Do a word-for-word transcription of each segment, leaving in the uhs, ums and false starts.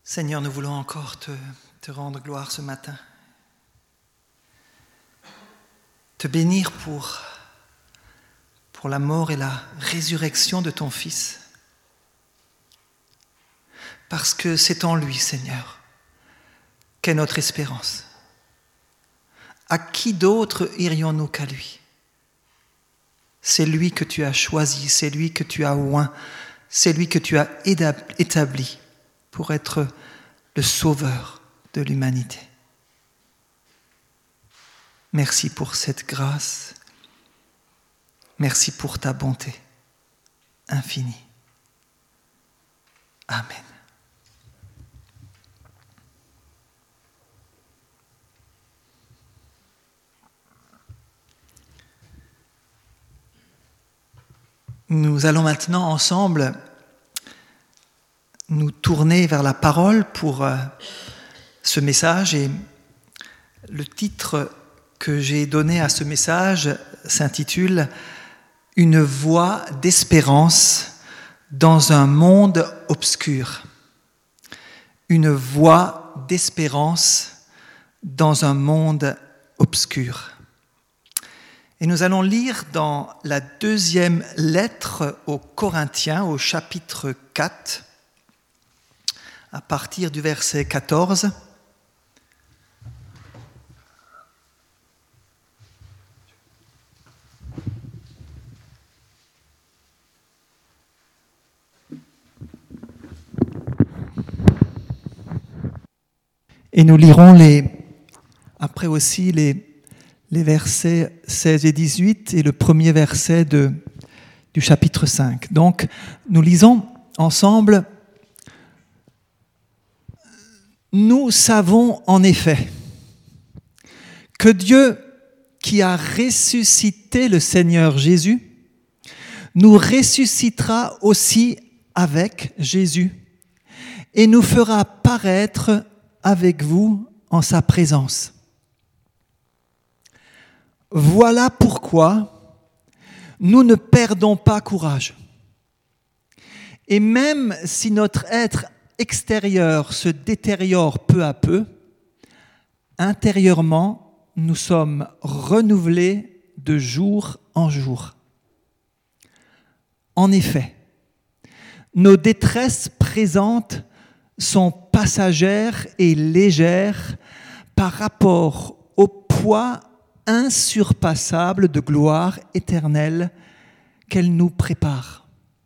Seigneur, nous voulons encore te, te rendre gloire ce matin. Te bénir pour, pour la mort et la résurrection de ton Fils. Parce que c'est en lui, Seigneur, qu'est notre espérance. À qui d'autre irions-nous qu'à lui ? C'est lui que tu as choisi, c'est lui que tu as oint, c'est lui que tu as établi pour être le sauveur de l'humanité. Merci pour cette grâce. Merci pour ta bonté infinie. Amen. Nous allons maintenant ensemble nous tourner vers la parole pour euh, ce message, et le titre que j'ai donné à ce message s'intitule « Une voix d'espérance dans un monde obscur ». Une voix d'espérance dans un monde obscur. Et nous allons lire dans la deuxième lettre aux Corinthiens, au chapitre quatre, à partir du verset quatorze. Et nous lirons les, après aussi les, les versets seize et dix-huit et le premier verset de, du chapitre cinq. Donc, nous lisons ensemble. Nous savons en effet que Dieu, qui a ressuscité le Seigneur Jésus, nous ressuscitera aussi avec Jésus et nous fera paraître avec vous en sa présence. Voilà pourquoi nous ne perdons pas courage. Et même si notre être extérieur se détériore peu à peu, intérieurement, nous sommes renouvelés de jour en jour. En effet, nos détresses présentes sont passagères et légères par rapport au poids insurpassable de gloire éternelle qu'elle nous prépare.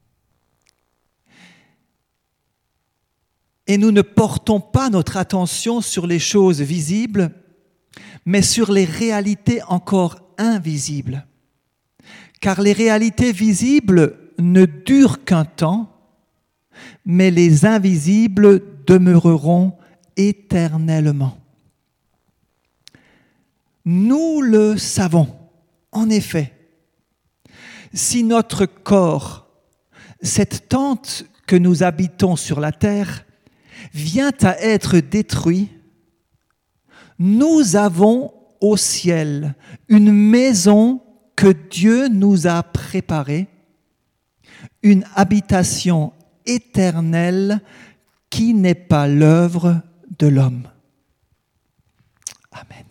Et nous ne portons pas notre attention sur les choses visibles, mais sur les réalités encore invisibles. Car les réalités visibles ne durent qu'un temps, mais les invisibles demeureront éternellement. Nous le savons, en effet, si notre corps, cette tente que nous habitons sur la terre, vient à être détruit, nous avons au ciel une maison que Dieu nous a préparée, une habitation éternelle qui n'est pas l'œuvre de l'homme. Amen.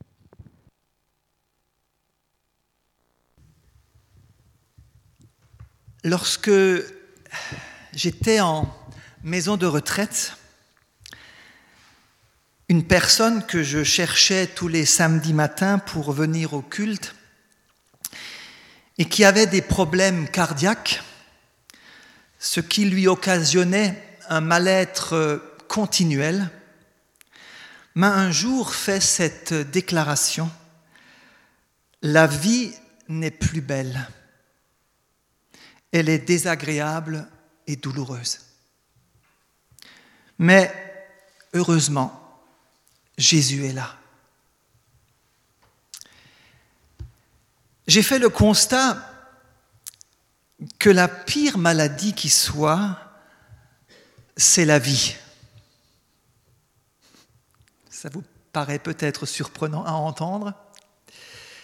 Lorsque j'étais en maison de retraite, une personne que je cherchais tous les samedis matins pour venir au culte et qui avait des problèmes cardiaques, ce qui lui occasionnait un mal-être continuel, m'a un jour fait cette déclaration : la vie n'est plus belle, elle est désagréable et douloureuse. Mais heureusement, Jésus est là. J'ai fait le constat que la pire maladie qui soit, c'est la vie. Ça vous paraît peut-être surprenant à entendre. Pourquoi ?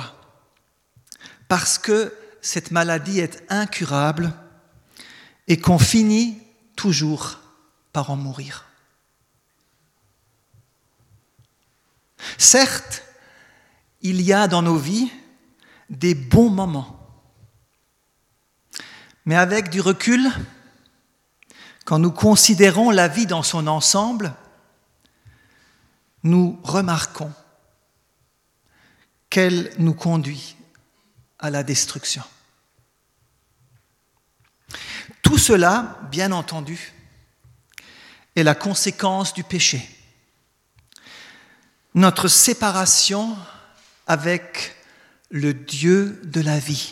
Parce que cette maladie est incurable et qu'on finit toujours par en mourir. Certes, il y a dans nos vies des bons moments, mais avec du recul, quand nous considérons la vie dans son ensemble, nous remarquons qu'elle nous conduit à la destruction. Tout cela, bien entendu, est la conséquence du péché. Notre séparation avec le Dieu de la vie.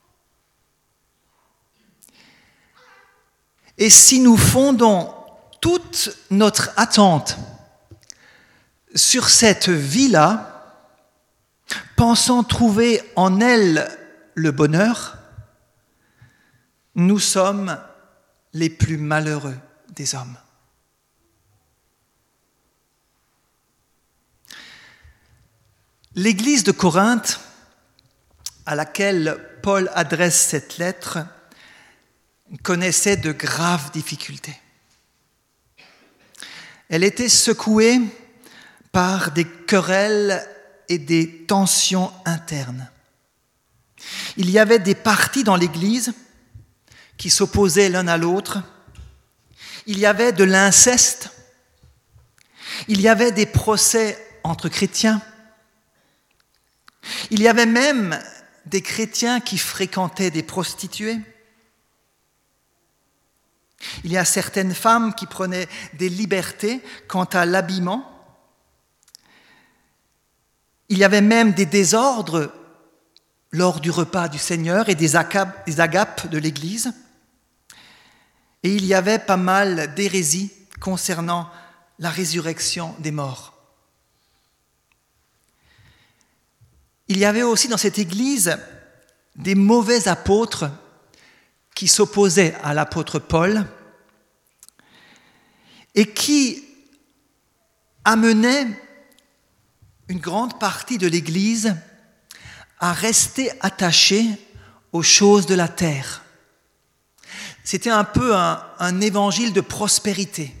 Et si nous fondons toute notre attente sur cette vie-là, pensant trouver en elle le bonheur, nous sommes les plus malheureux des hommes. L'église de Corinthe, à laquelle Paul adresse cette lettre, connaissait de graves difficultés. Elle était secouée par des querelles et des tensions internes. Il y avait des partis dans l'Église qui s'opposaient l'un à l'autre. Il y avait de l'inceste. Il y avait des procès entre chrétiens. Il y avait même des chrétiens qui fréquentaient des prostituées. Il y a certaines femmes qui prenaient des libertés quant à l'habillement. Il y avait même des désordres lors du repas du Seigneur et des agapes, des agapes de l'Église. Et il y avait pas mal d'hérésies concernant la résurrection des morts. Il y avait aussi dans cette Église des mauvais apôtres qui s'opposaient à l'apôtre Paul et qui amenaient une grande partie de l'Église à rester attachée aux choses de la terre. C'était un peu un, un évangile de prospérité,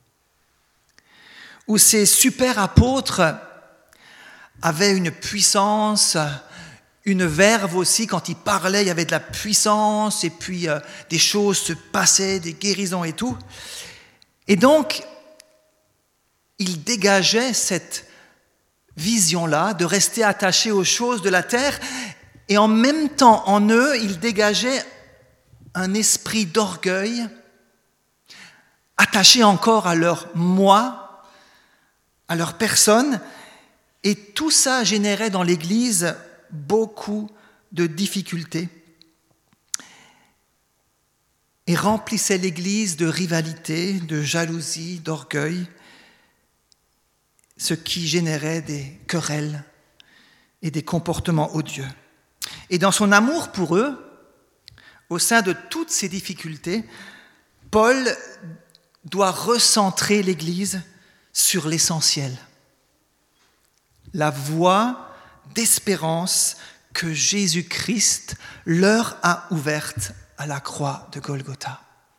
où ces super apôtres avaient une puissance, une verve aussi. Quand ils parlaient, il y avait de la puissance, et puis euh, des choses se passaient, des guérisons et tout. Et donc, ils dégageaient cette vision-là, de rester attachés aux choses de la terre, et en même temps, en eux, ils dégageaient un esprit d'orgueil, attaché encore à leur moi, à leur personne, et tout ça générait dans l'Église beaucoup de difficultés et remplissait l'Église de rivalité, de jalousie, d'orgueil, ce qui générait des querelles et des comportements odieux. Et dans son amour pour eux, au sein de toutes ces difficultés, Paul doit recentrer l'Église sur l'essentiel. La voie d'espérance que Jésus-Christ leur a ouverte à la croix de Golgotha.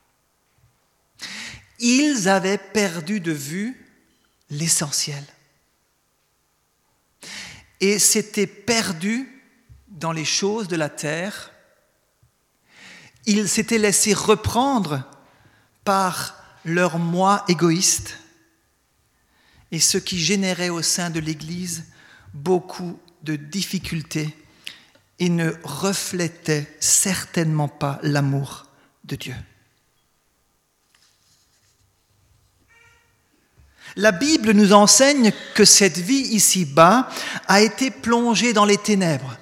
Ils avaient perdu de vue l'essentiel. Et s'étaient perdus dans les choses de la terre. Ils s'étaient laissés reprendre par leur moi égoïste, et ce qui générait au sein de l'Église beaucoup de difficultés et ne reflétait certainement pas l'amour de Dieu. La Bible nous enseigne que cette vie ici-bas a été plongée dans les ténèbres.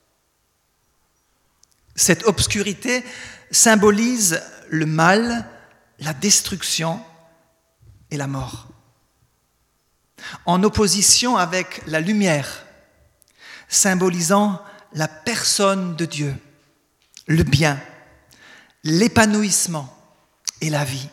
Cette obscurité symbolise le mal, la destruction et la mort. En opposition avec la lumière, symbolisant la personne de Dieu, le bien, l'épanouissement et la vie.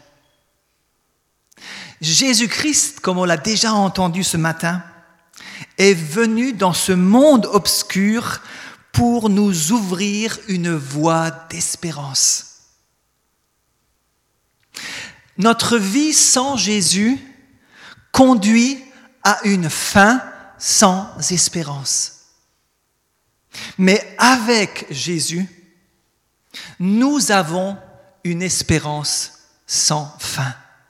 Jésus-Christ, comme on l'a déjà entendu ce matin, est venu dans ce monde obscur pour nous ouvrir une voie d'espérance. notre vie sans Jésus conduit à une fin sans espérance. Mais avec Jésus, nous avons une espérance sans fin.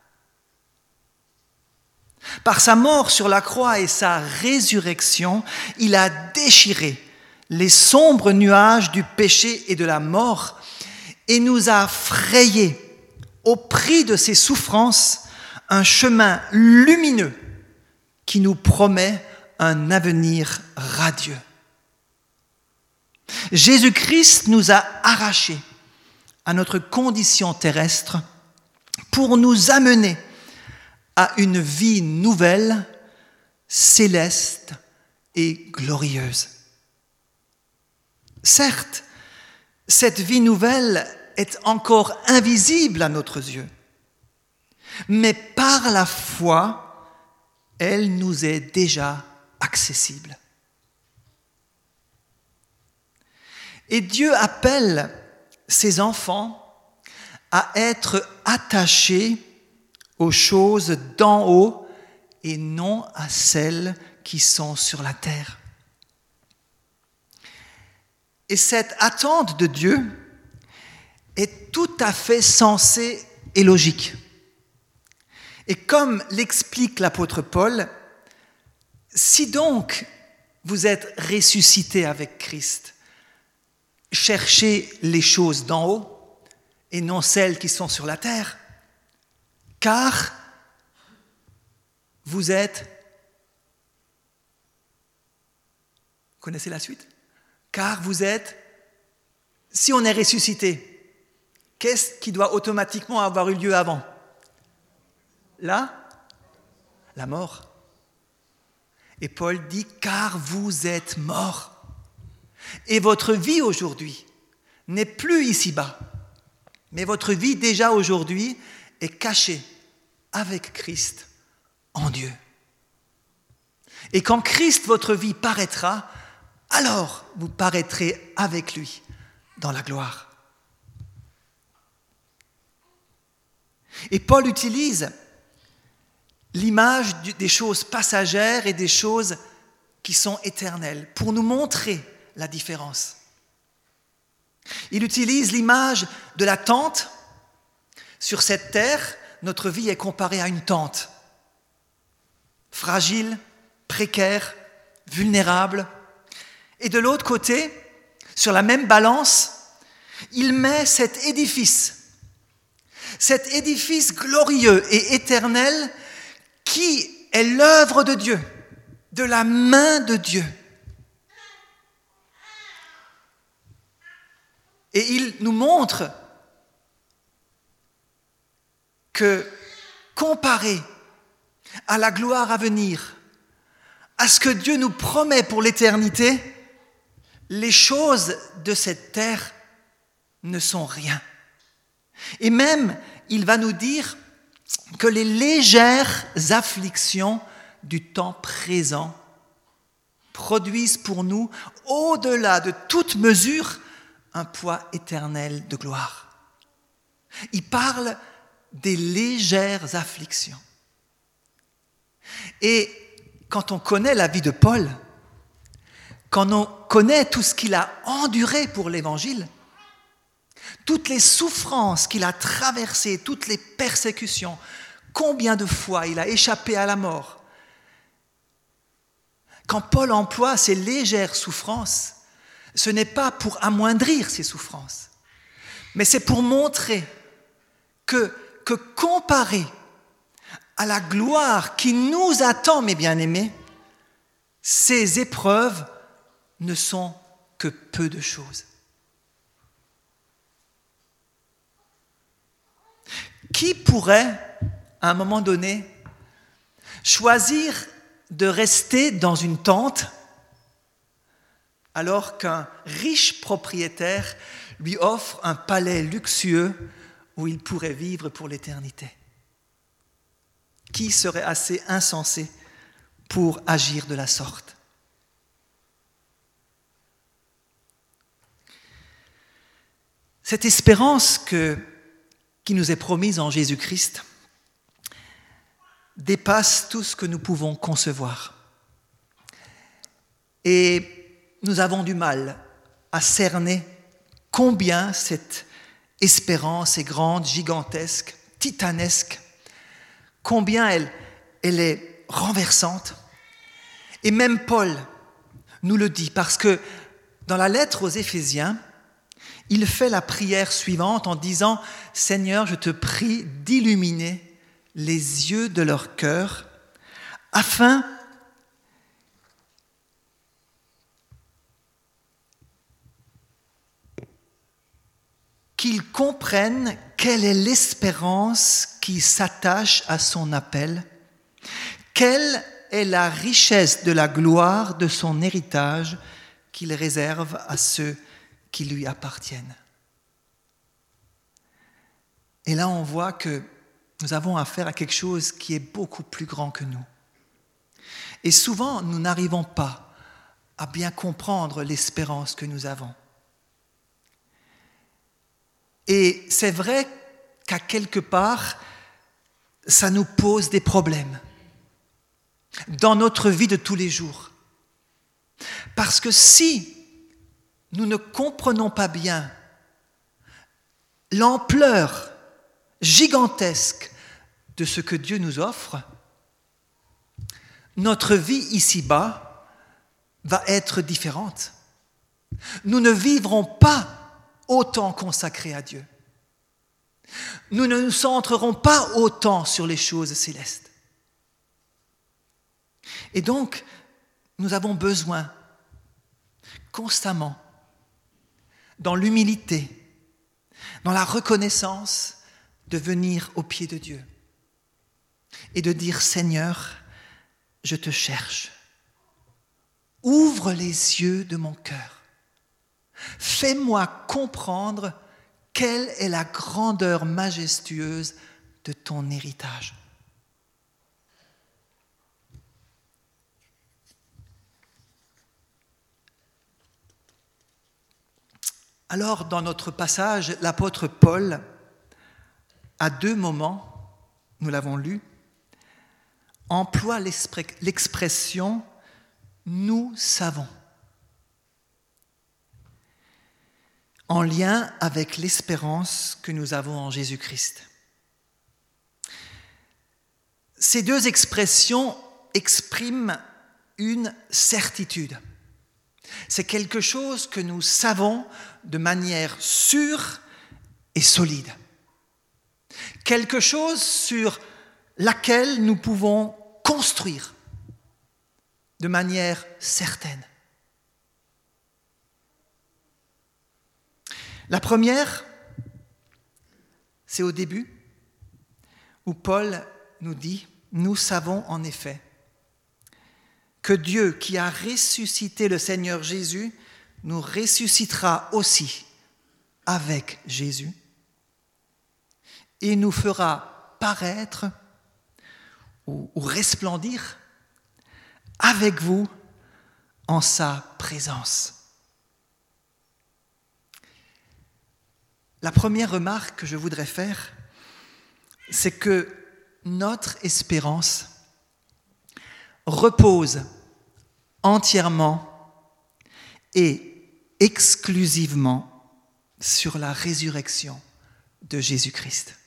Par sa mort sur la croix et sa résurrection, il a déchiré les sombres nuages du péché et de la mort et nous a frayé, au prix de ses souffrances, un chemin lumineux qui nous promet un avenir radieux. Jésus-Christ nous a arrachés à notre condition terrestre pour nous amener à une vie nouvelle, céleste et glorieuse. Certes, cette vie nouvelle est encore invisible à notre yeux, mais par la foi, elle nous est déjà accessible. Et Dieu appelle ses enfants à être attachés aux choses d'en haut et non à celles qui sont sur la terre. Et cette attente de Dieu est tout à fait sensée et logique. Et comme l'explique l'apôtre Paul, si donc vous êtes ressuscités avec Christ, cherchez les choses d'en haut et non celles qui sont sur la terre, car vous êtes... Vous connaissez la suite ? Car vous êtes... Si on est ressuscité, qu'est-ce qui doit automatiquement avoir eu lieu avant ? Là, la mort. Et Paul dit, car vous êtes morts. Et votre vie aujourd'hui n'est plus ici-bas, mais votre vie déjà aujourd'hui est cachée avec Christ en Dieu. Et quand Christ, votre vie, paraîtra, alors vous paraîtrez avec lui dans la gloire. Et Paul utilise l'image des choses passagères et des choses qui sont éternelles pour nous montrer la différence. Il utilise l'image de la tente. Sur cette terre, notre vie est comparée à une tente. Fragile, précaire, vulnérable. Et de l'autre côté, sur la même balance, il met cet édifice, cet édifice glorieux et éternel qui est l'œuvre de Dieu, de la main de Dieu. Et il nous montre que, comparé à la gloire à venir, à ce que Dieu nous promet pour l'éternité, les choses de cette terre ne sont rien. Et même, il va nous dire que les légères afflictions du temps présent produisent pour nous, au-delà de toute mesure, un poids éternel de gloire. Il parle des légères afflictions. Et quand on connaît la vie de Paul, quand on connaît tout ce qu'il a enduré pour l'Évangile, toutes les souffrances qu'il a traversées, toutes les persécutions, combien de fois il a échappé à la mort. Quand Paul emploie ces légères souffrances, ce n'est pas pour amoindrir ces souffrances, mais c'est pour montrer que, que comparé à la gloire qui nous attend, mes bien-aimés, ces épreuves ne sont que peu de choses. Qui pourrait, à un moment donné, choisir de rester dans une tente alors qu'un riche propriétaire lui offre un palais luxueux où il pourrait vivre pour l'éternité? Qui serait assez insensé pour agir de la sorte? Cette espérance que, qui nous est promise en Jésus-Christ dépasse tout ce que nous pouvons concevoir. Et nous avons du mal à cerner combien cette espérance est grande, gigantesque, titanesque, combien elle, elle est renversante. Et même Paul nous le dit, parce que dans la lettre aux Éphésiens, il fait la prière suivante en disant « Seigneur, je te prie d'illuminer les yeux de leur cœur, afin qu'ils comprennent quelle est l'espérance qui s'attache à son appel, quelle est la richesse de la gloire de son héritage qu'il réserve à ceux qui lui appartiennent. » Et là, on voit que nous avons affaire à quelque chose qui est beaucoup plus grand que nous. Et souvent, nous n'arrivons pas à bien comprendre l'espérance que nous avons. Et c'est vrai qu'à quelque part, ça nous pose des problèmes dans notre vie de tous les jours. Parce que si nous ne comprenons pas bien l'ampleur gigantesque de ce que Dieu nous offre, notre vie ici-bas va être différente. Nous ne vivrons pas autant consacrés à Dieu. Nous ne nous centrerons pas autant sur les choses célestes. Et donc, nous avons besoin constamment, dans l'humilité, dans la reconnaissance, de venir au pied de Dieu et de dire « Seigneur, je te cherche. Ouvre les yeux de mon cœur. Fais-moi comprendre quelle est la grandeur majestueuse de ton héritage. » Alors, dans notre passage, l'apôtre Paul, à deux moments, nous l'avons lu, emploie l'expression « nous savons » en lien avec l'espérance que nous avons en Jésus-Christ. Ces deux expressions expriment une certitude. C'est quelque chose que nous savons de manière sûre et solide. Quelque chose sur laquelle nous pouvons construire de manière certaine. La première, c'est au début, où Paul nous dit « Nous savons en effet que Dieu qui a ressuscité le Seigneur Jésus nous ressuscitera aussi avec Jésus et nous fera paraître ou, ou resplendir avec vous en sa présence. » La première remarque que je voudrais faire, c'est que notre espérance repose entièrement et exclusivement sur la résurrection de Jésus-Christ.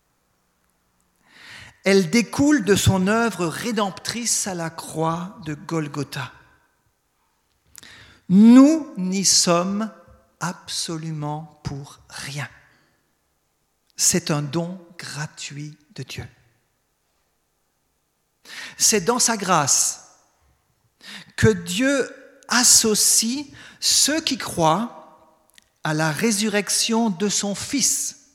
Elle découle de son œuvre rédemptrice à la croix de Golgotha. Nous n'y sommes absolument pour rien. C'est un don gratuit de Dieu. C'est dans sa grâce que Dieu associe ceux qui croient à la résurrection de son Fils.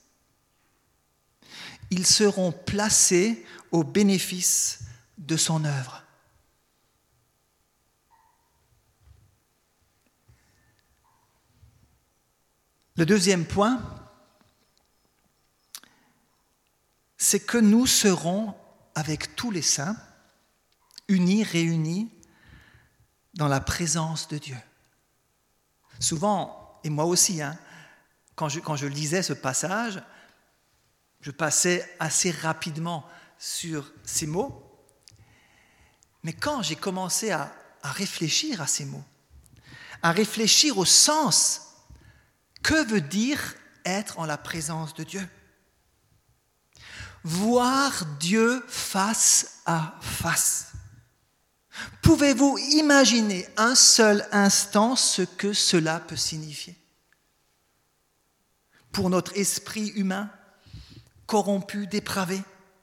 Ils seront placés au bénéfice de son œuvre. Le deuxième point, c'est que nous serons avec tous les saints, unis, réunis dans la présence de Dieu. Souvent, et moi aussi, hein, quand, je, quand je lisais ce passage, je passais assez rapidement sur ces mots Mais quand j'ai commencé à, à réfléchir à ces mots, à réfléchir au sens, que veut dire être en la présence de Dieu? Voir Dieu face à face. Pouvez-vous imaginer un seul instant ce que cela peut signifier? Pour notre esprit humain, corrompu, dépravé.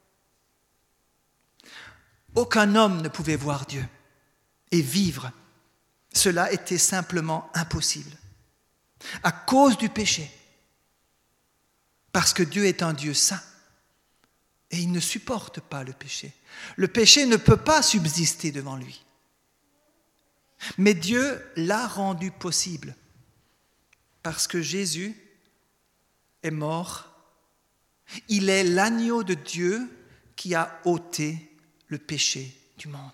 Aucun homme ne pouvait voir Dieu et vivre. Cela était simplement impossible. À cause du péché. Parce que Dieu est un Dieu saint. Et il ne supporte pas le péché. Le péché ne peut pas subsister devant lui. Mais Dieu l'a rendu possible. Parce que Jésus est mort. Il est l'agneau de Dieu qui a ôté le péché du monde.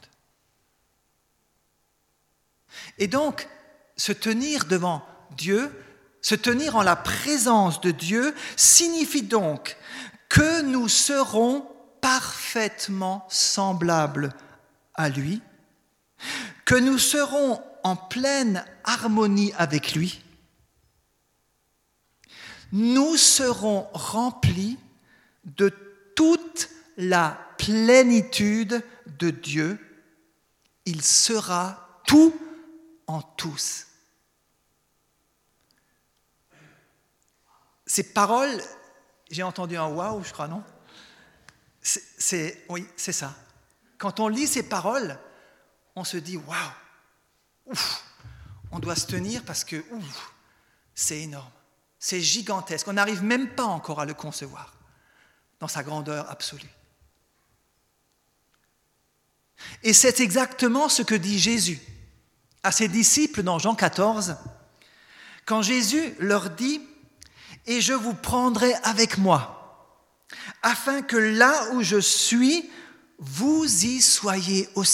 Et donc, se tenir devant Dieu, se tenir en la présence de Dieu, signifie donc que nous serons parfaitement semblables à lui, que nous serons en pleine harmonie avec lui, nous serons remplis de toute la plénitude de Dieu. Il sera tout en tous. Ces paroles, j'ai entendu un waouh, je crois, non? c'est, c'est, Oui, c'est ça. Quand on lit ces paroles, on se dit waouh, ouf, on doit se tenir parce que ouf, c'est énorme, c'est gigantesque. On n'arrive même pas encore à le concevoir dans sa grandeur absolue. Et c'est exactement ce que dit Jésus à ses disciples dans Jean quatorze, quand Jésus leur dit « Et je vous prendrai avec moi, afin que là où je suis, vous y soyez aussi. »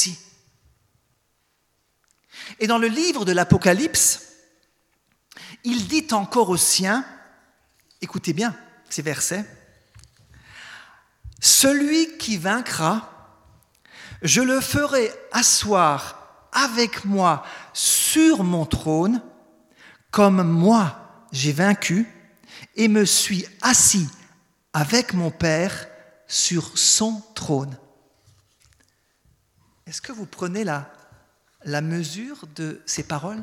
Et dans le livre de l'Apocalypse, il dit encore aux siens, écoutez bien ces versets, « Celui qui vaincra, je le ferai asseoir avec moi sur mon trône, comme moi j'ai vaincu et me suis assis avec mon Père sur son trône. » Est-ce que vous prenez la, la mesure de ces paroles,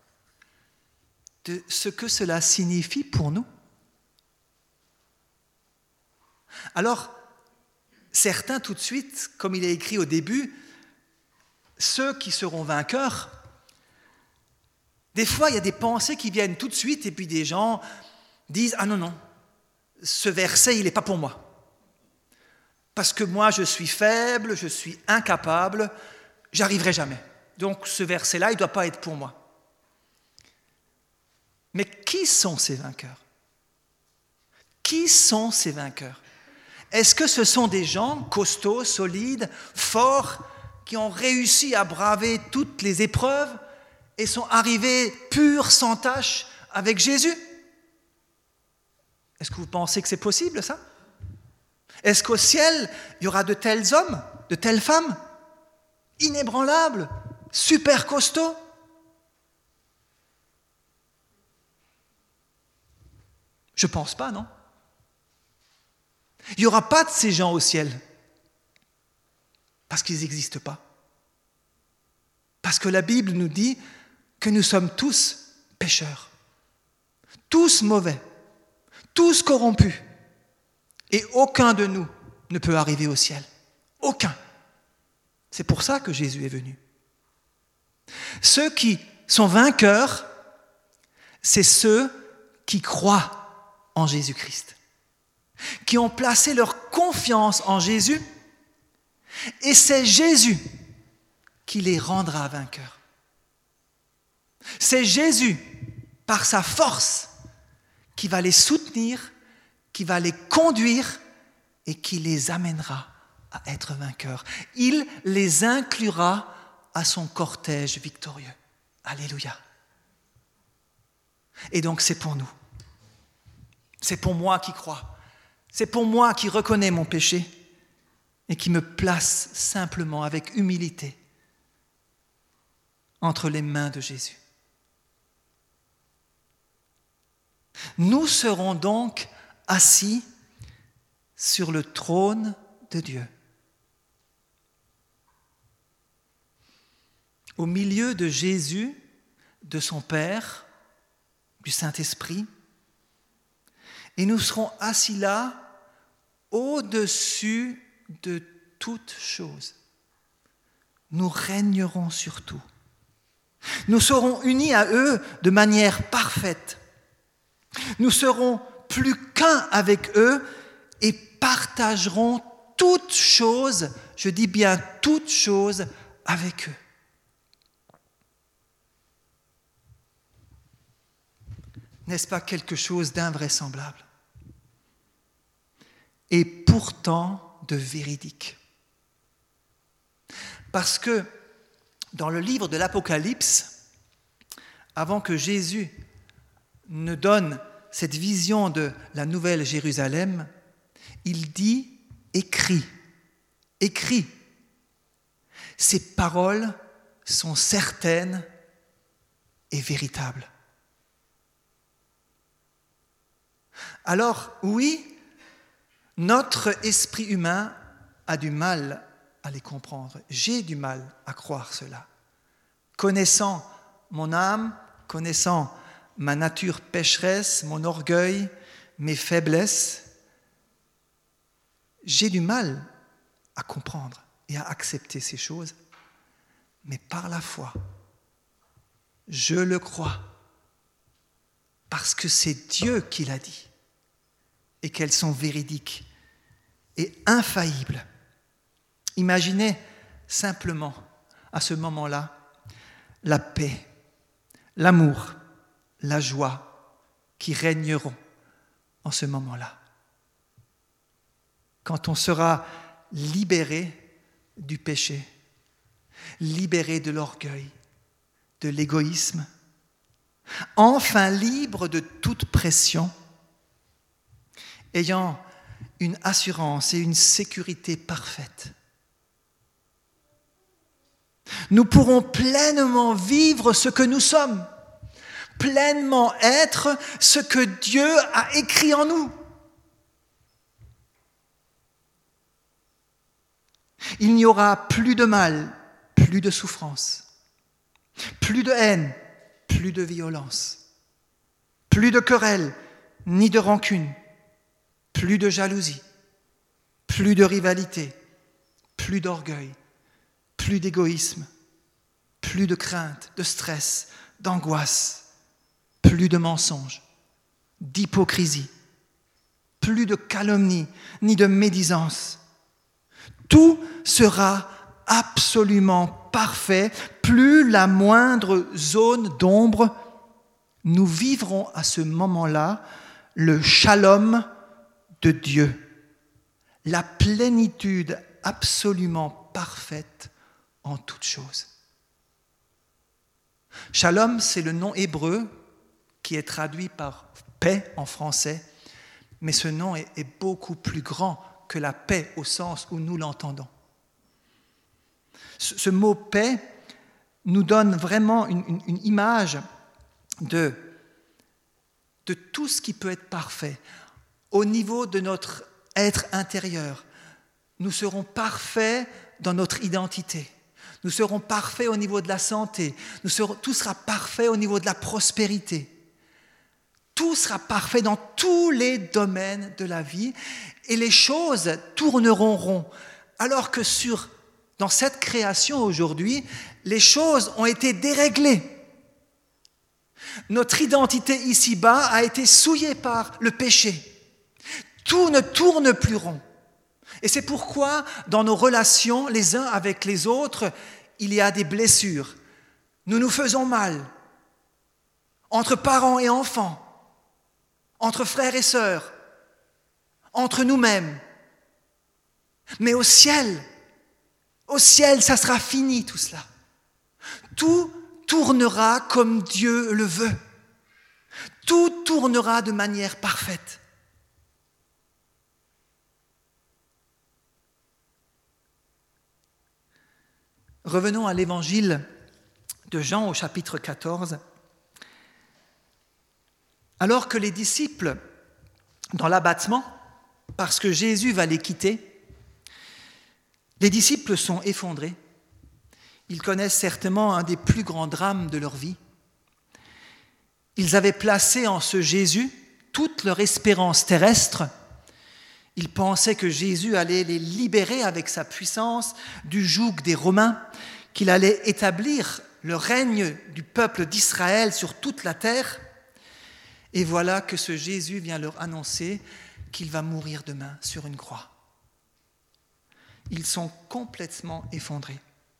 de ce que cela signifie pour nous? Alors, certains tout de suite, comme il est écrit au début, ceux qui seront vainqueurs, des fois il y a des pensées qui viennent tout de suite et puis des gens disent « Ah non, non, ce verset il n'est pas pour moi. Parce que moi je suis faible, je suis incapable, j'arriverai jamais. Donc ce verset-là il ne doit pas être pour moi. » Mais qui sont ces vainqueurs? Qui sont ces vainqueurs? Est-ce que ce sont des gens costauds, solides, forts, qui ont réussi à braver toutes les épreuves et sont arrivés purs, sans tache, avec Jésus? Est-ce que vous pensez que c'est possible, ça? Est-ce qu'au ciel, il y aura de tels hommes, de telles femmes, inébranlables, super costauds? Je ne pense pas, non? Il n'y aura pas de ces gens au ciel. Parce qu'ils n'existent pas. Parce que la Bible nous dit que nous sommes tous pécheurs, tous mauvais, tous corrompus, et aucun de nous ne peut arriver au ciel. Aucun. C'est pour ça que Jésus est venu. Ceux qui sont vainqueurs, c'est ceux qui croient en Jésus-Christ, qui ont placé leur confiance en Jésus. Et c'est Jésus qui les rendra vainqueurs. C'est Jésus, par sa force, qui va les soutenir, qui va les conduire et qui les amènera à être vainqueurs. Il les inclura à son cortège victorieux. Alléluia. Et donc c'est pour nous. C'est pour moi qui crois. C'est pour moi qui reconnais mon péché et qui me place simplement avec humilité entre les mains de Jésus. Nous serons donc assis sur le trône de Dieu. Au milieu de Jésus, de son Père, du Saint-Esprit, et nous serons assis là, au-dessus de toutes choses. Nous régnerons sur tout. Nous serons unis à eux de manière parfaite. Nous serons plus qu'un avec eux et partagerons toutes choses, je dis bien toutes choses, avec eux. N'est-ce pas quelque chose d'invraisemblable? Et pourtant de véridique. Parce que dans le livre de l'Apocalypse, avant que Jésus ne donne cette vision de la nouvelle Jérusalem, il dit « écrit ». Écrit. Ces paroles sont certaines et véritables. Alors, oui, notre esprit humain a du mal à les comprendre. J'ai du mal à croire cela. Connaissant mon âme, connaissant ma nature pécheresse, mon orgueil, mes faiblesses, j'ai du mal à comprendre et à accepter ces choses. Mais par la foi, je le crois, parce que c'est Dieu qui l'a dit. Et qu'elles sont véridiques et infaillibles. Imaginez simplement, à ce moment-là, la paix, l'amour, la joie qui régneront en ce moment-là. Quand on sera libéré du péché, libéré de l'orgueil, de l'égoïsme, enfin libre de toute pression, ayant une assurance et une sécurité parfaite. Nous pourrons pleinement vivre ce que nous sommes, pleinement être ce que Dieu a écrit en nous. Il n'y aura plus de mal, plus de souffrance, plus de haine, plus de violence, plus de querelle, ni de rancune, plus de jalousie, plus de rivalité, plus d'orgueil, plus d'égoïsme, plus de crainte, de stress, d'angoisse, plus de mensonges, d'hypocrisie, plus de calomnie, ni de médisance. Tout sera absolument parfait, plus la moindre zone d'ombre. Nous vivrons à ce moment-là le shalom de Dieu, la plénitude absolument parfaite en toutes choses. Shalom, c'est le nom hébreu qui est traduit par paix en français, mais ce nom est, est beaucoup plus grand que la paix au sens où nous l'entendons. Ce, ce mot paix nous donne vraiment une, une, une image de, de tout ce qui peut être parfait. Au niveau de notre être intérieur, nous serons parfaits dans notre identité. Nous serons parfaits au niveau de la santé. Nous serons, tout sera parfait au niveau de la prospérité. Tout sera parfait dans tous les domaines de la vie et les choses tourneront rond. Alors que sur, dans cette création aujourd'hui, les choses ont été déréglées. Notre identité ici-bas a été souillée par le péché. Tout ne tourne plus rond. Et c'est pourquoi, dans nos relations les uns avec les autres, il y a des blessures. Nous nous faisons mal. Entre parents et enfants, entre frères et sœurs, entre nous-mêmes. Mais au ciel, au ciel, ça sera fini tout cela. Tout tournera comme Dieu le veut. Tout tournera de manière parfaite. Revenons à l'évangile de Jean au chapitre quatorze. Alors que les disciples, dans l'abattement, parce que Jésus va les quitter, les disciples sont effondrés. Ils connaissent certainement un des plus grands drames de leur vie. Ils avaient placé en ce Jésus toute leur espérance terrestre. Ils pensaient que Jésus allait les libérer avec sa puissance du joug des Romains, qu'il allait établir le règne du peuple d'Israël sur toute la terre. Et voilà que ce Jésus vient leur annoncer qu'il va mourir demain sur une croix. Ils sont complètement effondrés.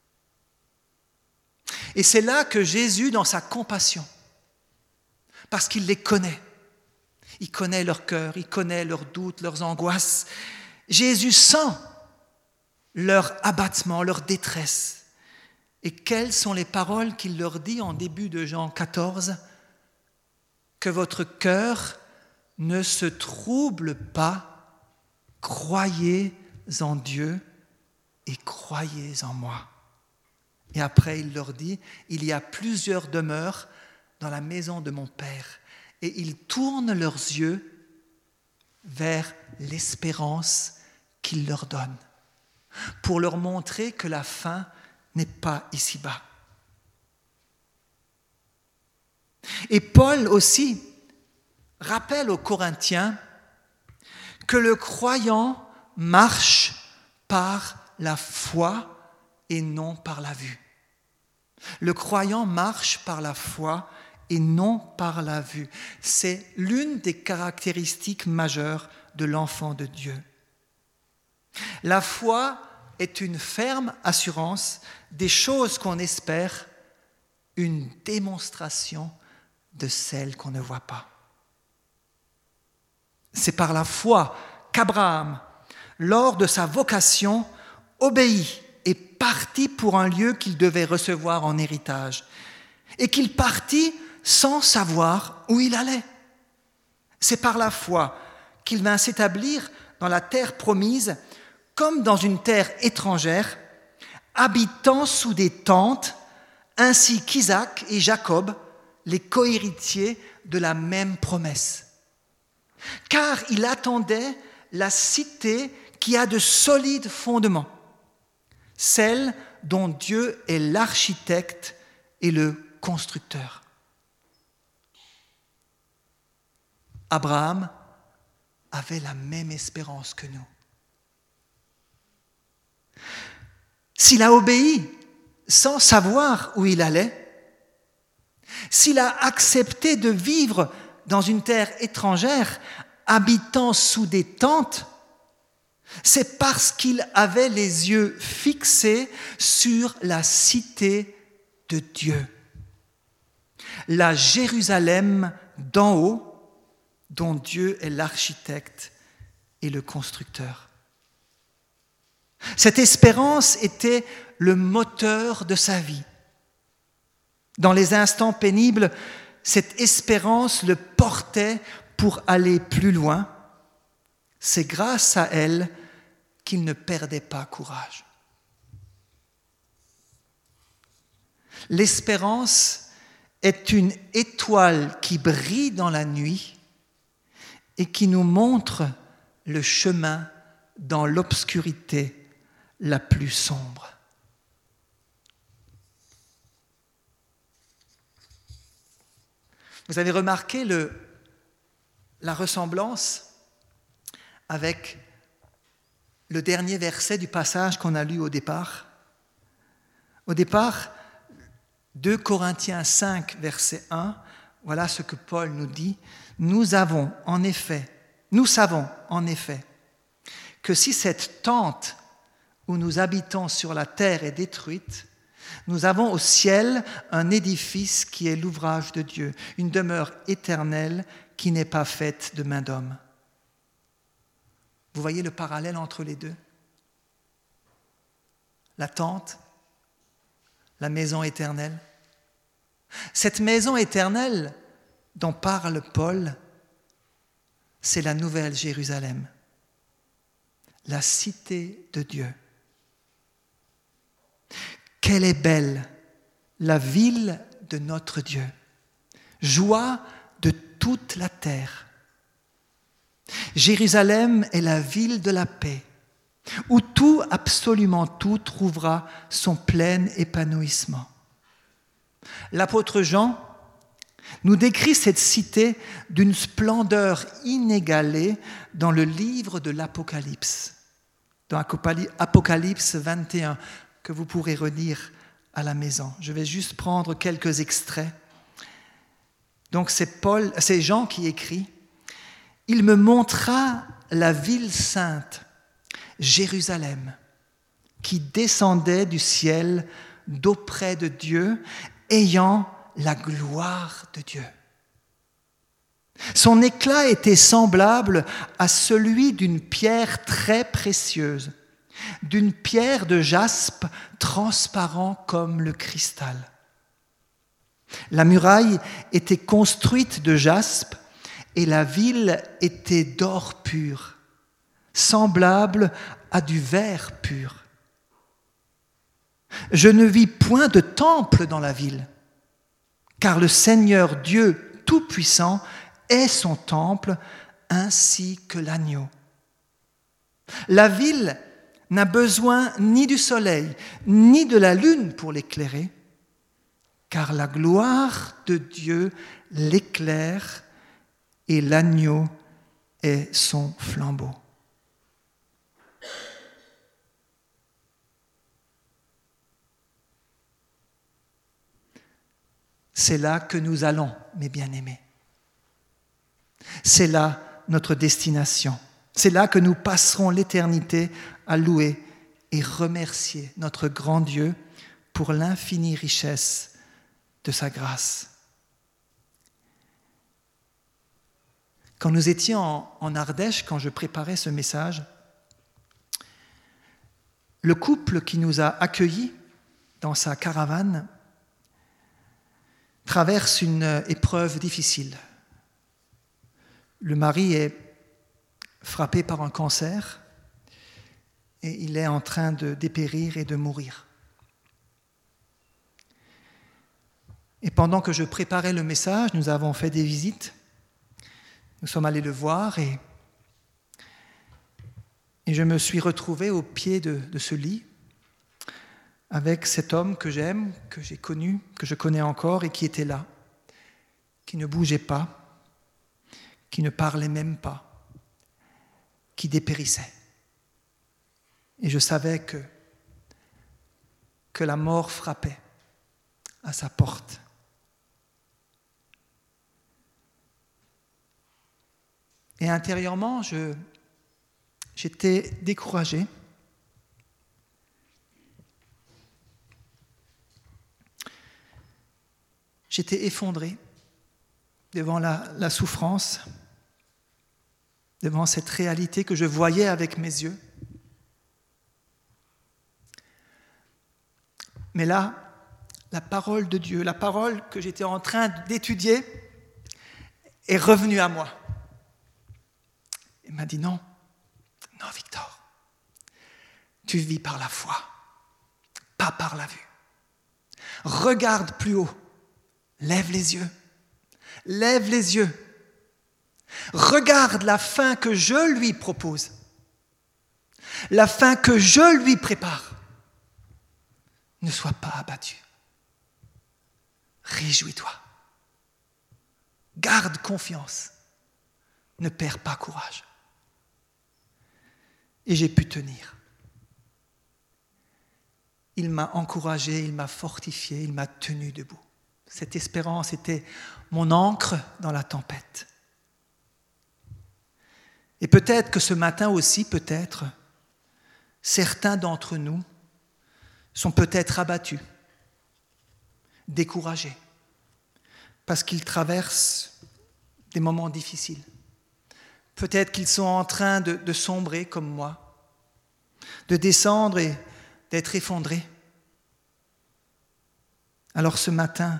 Et c'est là que Jésus, dans sa compassion, parce qu'il les connaît, il connaît leur cœur, il connaît leurs doutes, leurs angoisses, Jésus sent leur abattement, leur détresse. Et quelles sont les paroles qu'il leur dit en début de Jean quatorze ? Que votre cœur ne se trouble pas, croyez en Dieu et croyez en moi. Et après, il leur dit, il y a plusieurs demeures dans la maison de mon Père. Et ils tournent leurs yeux vers l'espérance qu'il leur donne, pour leur montrer que la fin n'est pas ici-bas. Et Paul aussi rappelle aux Corinthiens que le croyant marche par la foi et non par la vue. Le croyant marche par la foi et non par la vue. C'est l'une des caractéristiques majeures de l'enfant de Dieu. La foi est une ferme assurance des choses qu'on espère, une démonstration de celles qu'on ne voit pas. C'est par la foi qu'Abraham, lors de sa vocation, obéit et partit pour un lieu qu'il devait recevoir en héritage, et qu'il partit sans savoir où il allait. C'est par la foi qu'il vint s'établir dans la terre promise, comme dans une terre étrangère, habitant sous des tentes, ainsi qu'Isaac et Jacob, les cohéritiers de la même promesse. Car il attendait la cité qui a de solides fondements, celle dont Dieu est l'architecte et le constructeur. Abraham avait la même espérance que nous. S'il a obéi sans savoir où il allait, s'il a accepté de vivre dans une terre étrangère, habitant sous des tentes, c'est parce qu'il avait les yeux fixés sur la cité de Dieu, la Jérusalem d'en haut, dont Dieu est l'architecte et le constructeur. Cette espérance était le moteur de sa vie. Dans les instants pénibles, cette espérance le portait pour aller plus loin. C'est grâce à elle qu'il ne perdait pas courage. L'espérance est une étoile qui brille dans la nuit et qui nous montre le chemin dans l'obscurité la plus sombre. Vous avez remarqué le, la ressemblance avec le dernier verset du passage qu'on a lu au départ. Au départ, deux Corinthiens cinq, verset un, voilà ce que Paul nous dit. Nous avons en effet, nous savons en effet que si cette tente où nous habitons sur la terre est détruite, nous avons au ciel un édifice qui est l'ouvrage de Dieu, une demeure éternelle qui n'est pas faite de main d'homme. Vous voyez le parallèle entre les deux ? La tente, la maison éternelle. Cette maison éternelle dont parle Paul, c'est la nouvelle Jérusalem, la cité de Dieu. Qu'elle est belle la ville de notre Dieu, joie de toute la terre. Jérusalem est la ville de la paix, où tout, absolument tout, trouvera son plein épanouissement. L'apôtre Jean nous décrit cette cité d'une splendeur inégalée dans le livre de l'Apocalypse, dans Apocalypse vingt et un, que vous pourrez relire à la maison. Je vais juste prendre quelques extraits. Donc c'est Paul, c'est Jean qui écrit « Il me montra la ville sainte, Jérusalem, qui descendait du ciel d'auprès de Dieu, ayant la gloire de Dieu. Son éclat était semblable à celui d'une pierre très précieuse, d'une pierre de jaspe transparent comme le cristal. La muraille était construite de jaspe et la ville était d'or pur, semblable à du verre pur. Je ne vis point de temple dans la ville, car le Seigneur Dieu Tout-Puissant est son temple, ainsi que l'agneau. La ville n'a besoin ni du soleil, ni de la lune pour l'éclairer, car la gloire de Dieu l'éclaire et l'agneau est son flambeau. C'est là que nous allons, mes bien-aimés. C'est là notre destination. C'est là que nous passerons l'éternité à louer et remercier notre grand Dieu pour l'infinie richesse de sa grâce. Quand nous étions en, en Ardèche, quand je préparais ce message, le couple qui nous a accueillis dans sa caravane traverse une épreuve difficile. Le mari est frappé par un cancer et il est en train de dépérir et de mourir. Et pendant que je préparais le message, nous avons fait des visites. Nous sommes allés le voir et, et je me suis retrouvé au pied de, de ce lit avec cet homme que j'aime, que j'ai connu, que je connais encore et qui était là, qui ne bougeait pas, qui ne parlait même pas, qui dépérissait. Et je savais que, que la mort frappait à sa porte. Et intérieurement, je, j'étais découragé. J'étais effondré devant la, la souffrance, devant cette réalité que je voyais avec mes yeux. Mais là, la parole de Dieu, la parole que j'étais en train d'étudier, est revenue à moi. Il m'a dit non, non Victor, tu vis par la foi, pas par la vue. Regarde plus haut, lève les yeux, lève les yeux. Regarde la fin que je lui propose, la fin que je lui prépare. Ne sois pas abattu. Réjouis-toi. Garde confiance. Ne perds pas courage. Et j'ai pu tenir. Il m'a encouragé, il m'a fortifié, il m'a tenu debout. Cette espérance était mon ancre dans la tempête. Et peut-être que ce matin aussi, peut-être, certains d'entre nous sont peut-être abattus, découragés, parce qu'ils traversent des moments difficiles. Peut-être qu'ils sont en train de, de sombrer comme moi, de descendre et d'être effondrés. Alors ce matin,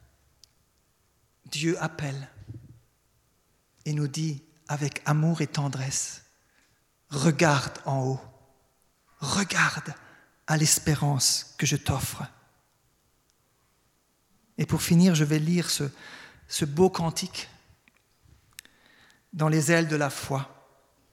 Dieu appelle et nous dit avec amour et tendresse, regarde en haut, regarde à l'espérance que je t'offre. Et pour finir, je vais lire ce, ce beau cantique dans les ailes de la foi.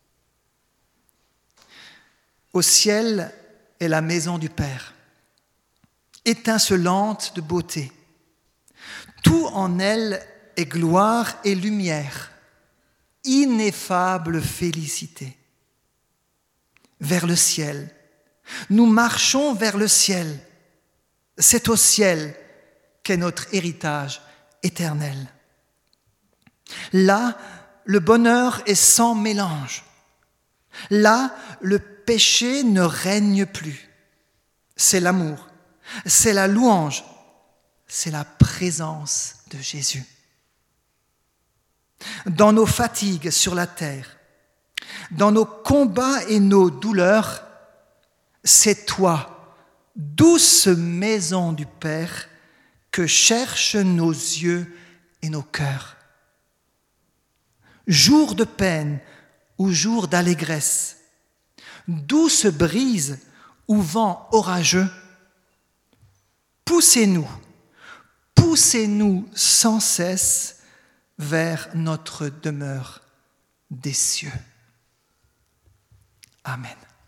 Au ciel est la maison du Père, étincelante de beauté. Tout en elle est gloire et lumière, ineffable félicité. Vers le ciel, nous marchons vers le ciel. C'est au ciel qu'est notre héritage éternel. Là, le bonheur est sans mélange. Là, le péché ne règne plus. C'est l'amour, c'est la louange, c'est la présence de Jésus. Dans nos fatigues sur la terre, dans nos combats et nos douleurs, c'est toi, douce maison du Père, que cherchent nos yeux et nos cœurs. Jour de peine ou jour d'allégresse, douce brise ou vent orageux, poussez-nous, poussez-nous sans cesse vers notre demeure des cieux. Amen.